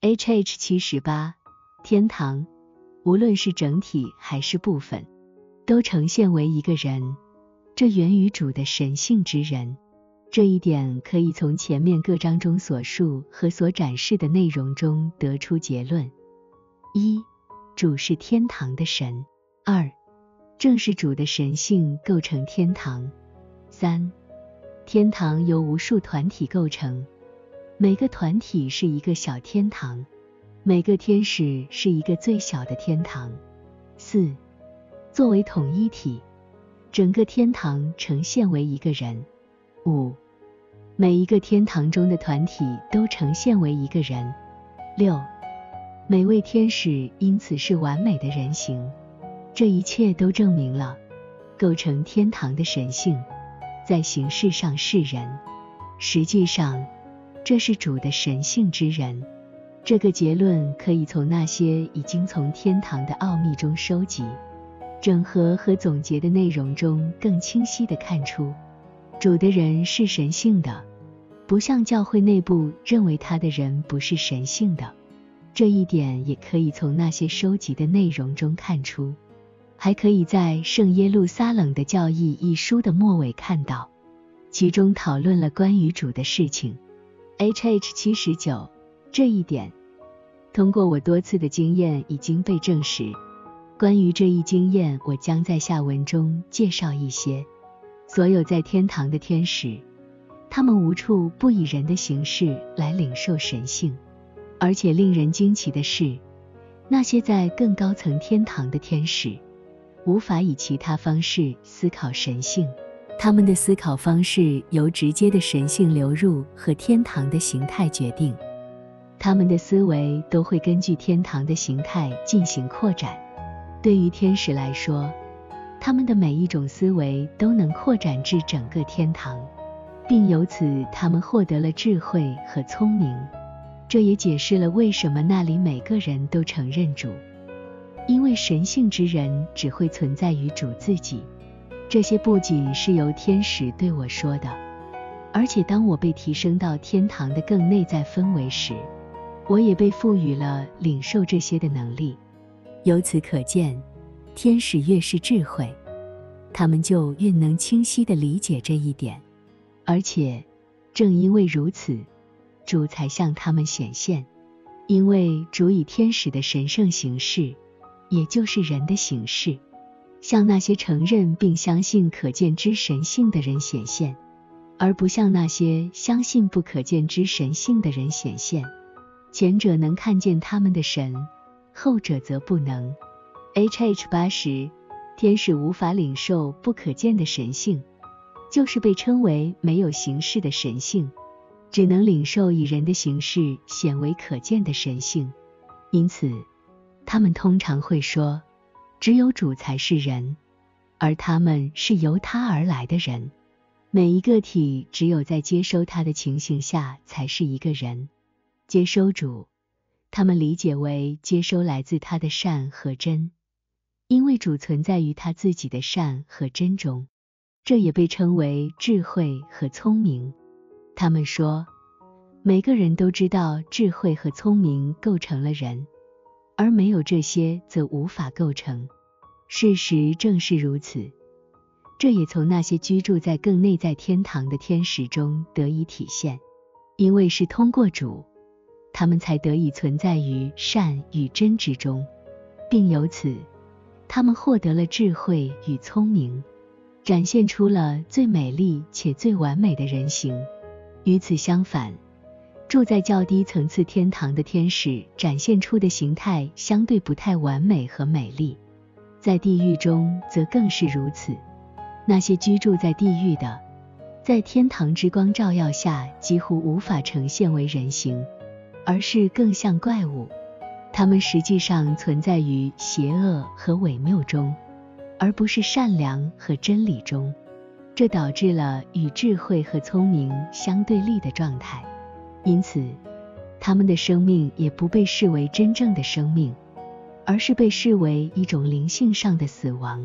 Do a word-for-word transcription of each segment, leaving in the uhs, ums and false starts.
H H 七十八，天堂，无论是整体还是部分，都呈现为一个人，这源于主的神性之人。这一点可以从前面各章中所述和所展示的内容中得出结论。一，主是天堂的神。二，正是主的神性构成天堂。三，天堂由无数团体构成，每个团体是一个小天堂，每个天使是一个最小的天堂。四，作为统一体，整个天堂呈现为一个人。五，每一个天堂中的团体都呈现为一个人。六，每位天使因此是完美的人形。这一切都证明了构成天堂的神性在形式上是人，实际上这是主的神性之人。这个结论可以从那些已经从天堂的奥秘中收集、整合和总结的内容中更清晰地看出，主的人是神性的，不像教会内部认为他的人不是神性的。这一点也可以从那些收集的内容中看出，还可以在《圣耶路撒冷的教义》一书的末尾看到，其中讨论了关于主的事情。H H 七十九，这一点通过我多次的经验已经被证实。关于这一经验，我将在下文中介绍一些。所有在天堂的天使，他们无处不以人的形式来领受神性，而且令人惊奇的是，那些在更高层天堂的天使无法以其他方式思考神性，他们的思考方式由直接的神性流入和天堂的形态决定，他们的思维都会根据天堂的形态进行扩展。对于天使来说，他们的每一种思维都能扩展至整个天堂，并由此他们获得了智慧和聪明。这也解释了为什么那里每个人都承认主，因为神性之人只会存在于主自己。这些不仅是由天使对我说的，而且当我被提升到天堂的更内在氛围时，我也被赋予了领受这些的能力。由此可见，天使越是智慧，他们就越能清晰地理解这一点，而且正因为如此，主才向他们显现。因为主以天使的神圣形式，也就是人的形式，向那些承认并相信可见之神性的人显现，而不向那些相信不可见之神性的人显现。前者能看见他们的神，后者则不能。H H 八十，天使无法领受不可见的神性，就是被称为没有形式的神性，只能领受以人的形式显为可见的神性。因此他们通常会说，只有主才是人，而他们是由他而来的人。每一个体只有在接收他的情形下才是一个人。接收主，他们理解为接收来自他的善和真，因为主存在于他自己的善和真中，这也被称为智慧和聪明。他们说，每个人都知道智慧和聪明构成了人，而没有这些则无法构成。事实正是如此，这也从那些居住在更内在天堂的天使中得以体现。因为是通过主，他们才得以存在于善与真之中，并由此他们获得了智慧与聪明，展现出了最美丽且最完美的人形。与此相反，住在较低层次天堂的天使展现出的形态相对不太完美和美丽，在地狱中则更是如此。那些居住在地狱的，在天堂之光照耀下几乎无法呈现为人形，而是更像怪物。他们实际上存在于邪恶和伪谬中，而不是善良和真理中。这导致了与智慧和聪明相对立的状态，因此他们的生命也不被视为真正的生命，而是被视为一种灵性上的死亡。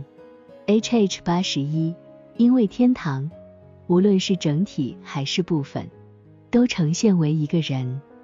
H H 八十一，因为天堂无论是整体还是部分都呈现为一个人，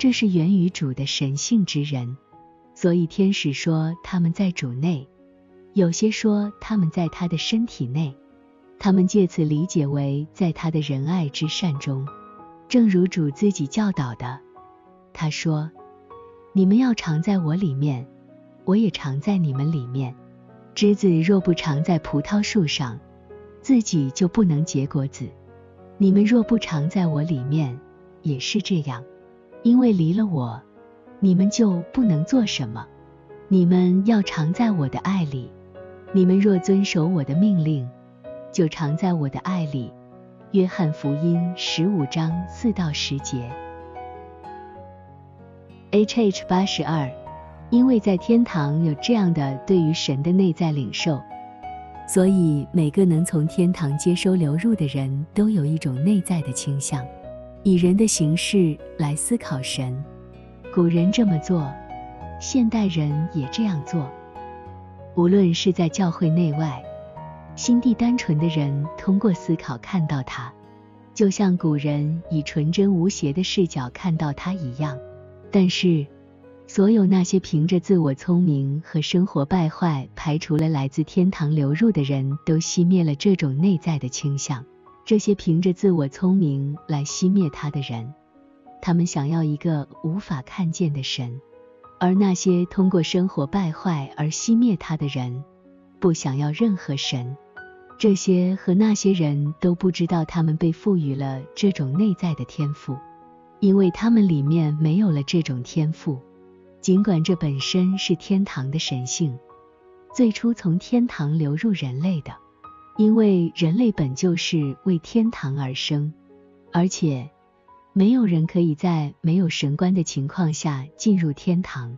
这是源于主的神性之人。所以天使说他们在主内，有些说他们在他的身体内，他们借此理解为在他的仁爱之善中，正如主自己教导的。他说，你们要常在我里面，我也常在你们里面。枝子若不常在葡萄树上，自己就不能结果子。你们若不常在我里面，也是这样。因为离了我，你们就不能做什么。你们要常在我的爱里。你们若遵守我的命令，就常在我的爱里。约翰福音十五章四到十节。H H 八十二，因为在天堂有这样的对于神的内在领受，所以每个能从天堂接收流入的人都有一种内在的倾向，以人的形式来思考神。古人这么做，现代人也这样做。无论是在教会内外，心地单纯的人通过思考看到他，就像古人以纯真无邪的视角看到他一样。但是所有那些凭着自我聪明和生活败坏排除了来自天堂流入的人，都熄灭了这种内在的倾向。这些凭着自我聪明来熄灭他的人，他们想要一个无法看见的神，而那些通过生活败坏而熄灭他的人，不想要任何神。这些和那些人都不知道他们被赋予了这种内在的天赋，因为他们里面没有了这种天赋。尽管这本身是天堂的神性，最初从天堂流入人类的，因为人类本就是为天堂而生，而且没有人可以在没有神观的情况下进入天堂。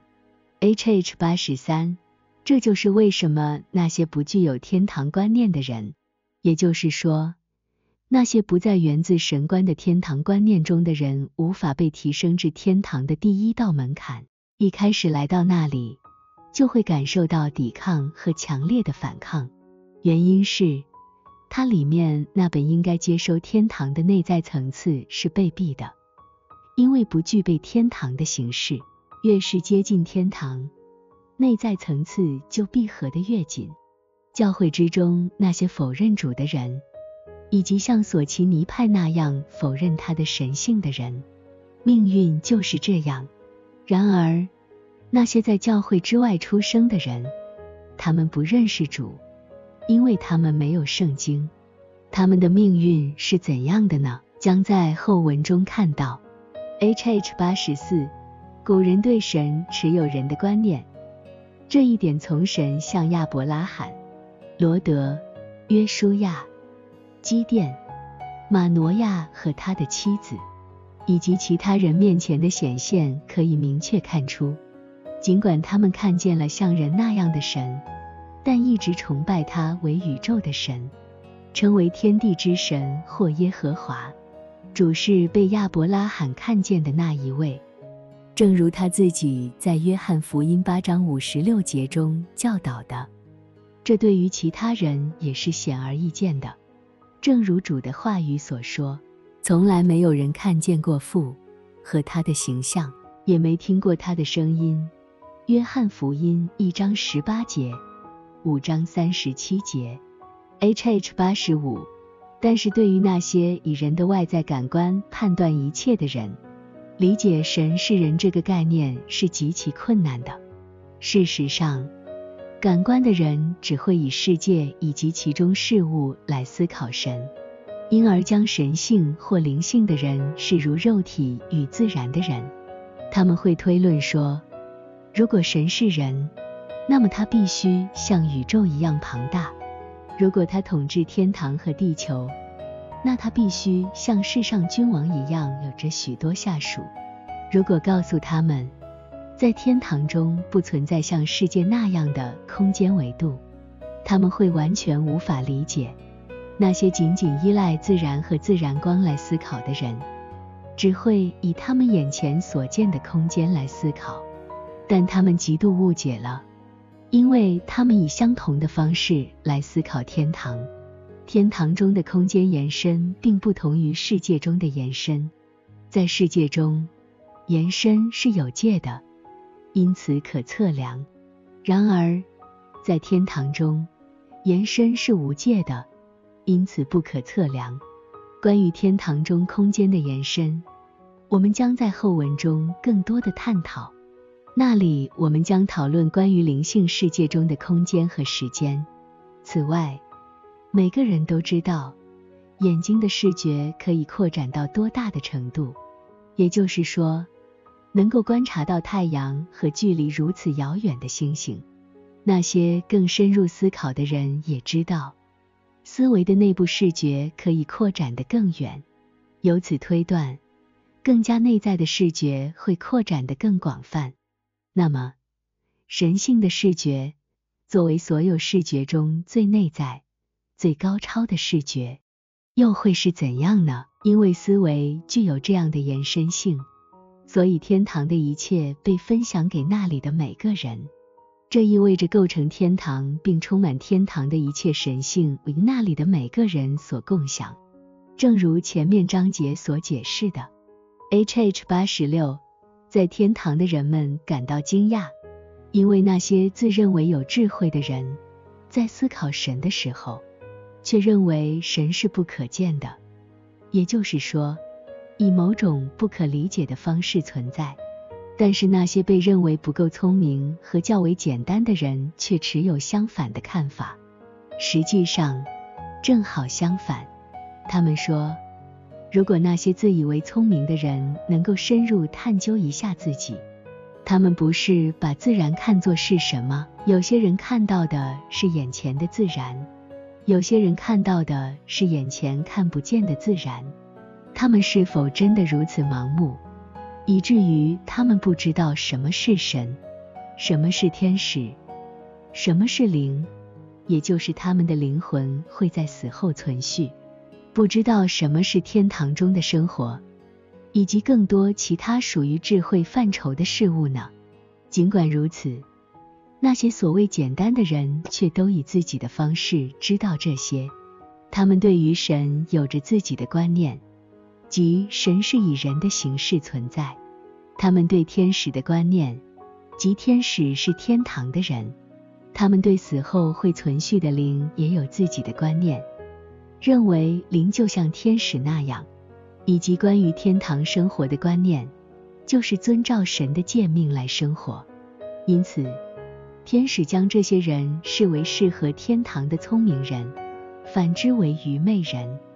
H H 八十三，这就是为什么那些不具有天堂观念的人，也就是说那些不在源自神观的天堂观念中的人，无法被提升至天堂的第一道门槛，一开始来到那里就会感受到抵抗和强烈的反抗。原因是它里面那本应该接收天堂的内在层次是被闭的，因为不具备天堂的形式，越是接近天堂，内在层次就闭合得越紧。教会之中那些否认主的人，以及像索奇尼派那样否认他的神性的人，命运就是这样。然而那些在教会之外出生的人，他们不认识主，因为他们没有圣经。他们的命运是怎样的呢？将在后文中看到。 H H 八十四，古人对神持有人的观念，这一点从神向亚伯拉罕、罗德、约书亚、基甸、马挪亚和他的妻子以及其他人面前的显现可以明确看出，尽管他们看见了像人那样的神，但一直崇拜他为宇宙的神，称为天地之神或耶和华。主是被亚伯拉罕看见的那一位，正如他自己在约翰福音八章五十六节中教导的。这对于其他人也是显而易见的，正如主的话语所说，从来没有人看见过父和他的形象，也没听过他的声音。约翰福音一章十八节，五章三十七节。 H H 八十五，但是对于那些以人的外在感官判断一切的人，理解神是人这个概念是极其困难的。事实上，感官的人只会以世界以及其中事物来思考神，因而将神性或灵性的人视如肉体与自然的人。他们会推论说，如果神是人，那么他必须像宇宙一样庞大；如果他统治天堂和地球，那他必须像世上君王一样有着许多下属。如果告诉他们，在天堂中不存在像世界那样的空间维度，他们会完全无法理解。那些仅仅依赖自然和自然光来思考的人，只会以他们眼前所见的空间来思考，但他们极度误解了，因为他们以相同的方式来思考天堂。天堂中的空间延伸并不同于世界中的延伸。在世界中， 延伸是有界的，因此可测量。然而，在天堂中，延伸是无界的，因此不可测量。关于天堂中空间的延伸，我们将在后文中更多的探讨。那里我们将讨论关于灵性世界中的空间和时间。此外，每个人都知道，眼睛的视觉可以扩展到多大的程度，也就是说，能够观察到太阳和距离如此遥远的星星。那些更深入思考的人也知道，思维的内部视觉可以扩展得更远，由此推断，更加内在的视觉会扩展得更广泛。那么，神性的视觉，作为所有视觉中最内在、最高超的视觉，又会是怎样呢？因为思维具有这样的延伸性，所以天堂的一切被分享给那里的每个人。这意味着构成天堂并充满天堂的一切神性为那里的每个人所共享。正如前面章节所解释的 H H 八十六， 在天堂的人们感到惊讶，因为那些自认为有智慧的人，在思考神的时候，却认为神是不可见的，也就是说，以某种不可理解的方式存在。但是那些被认为不够聪明和较为简单的人却持有相反的看法。实际上，正好相反。他们说，如果那些自以为聪明的人能够深入探究一下自己，他们不是把自然看作是什么？有些人看到的是眼前的自然，有些人看到的是眼前看不见的自然。他们是否真的如此盲目，以至于他们不知道什么是神，什么是天使，什么是灵，也就是他们的灵魂会在死后存续，不知道什么是天堂中的生活，以及更多其他属于智慧范畴的事物呢？尽管如此，那些所谓简单的人却都以自己的方式知道这些。他们对于神有着自己的观念，即神是以人的形式存在。他们对天使的观念，即天使是天堂的人。他们对死后会存续的灵也有自己的观念，认为灵就像天使那样，以及关于天堂生活的观念，就是遵照神的诫命来生活。因此，天使将这些人视为适合天堂的聪明人，反之为愚昧人。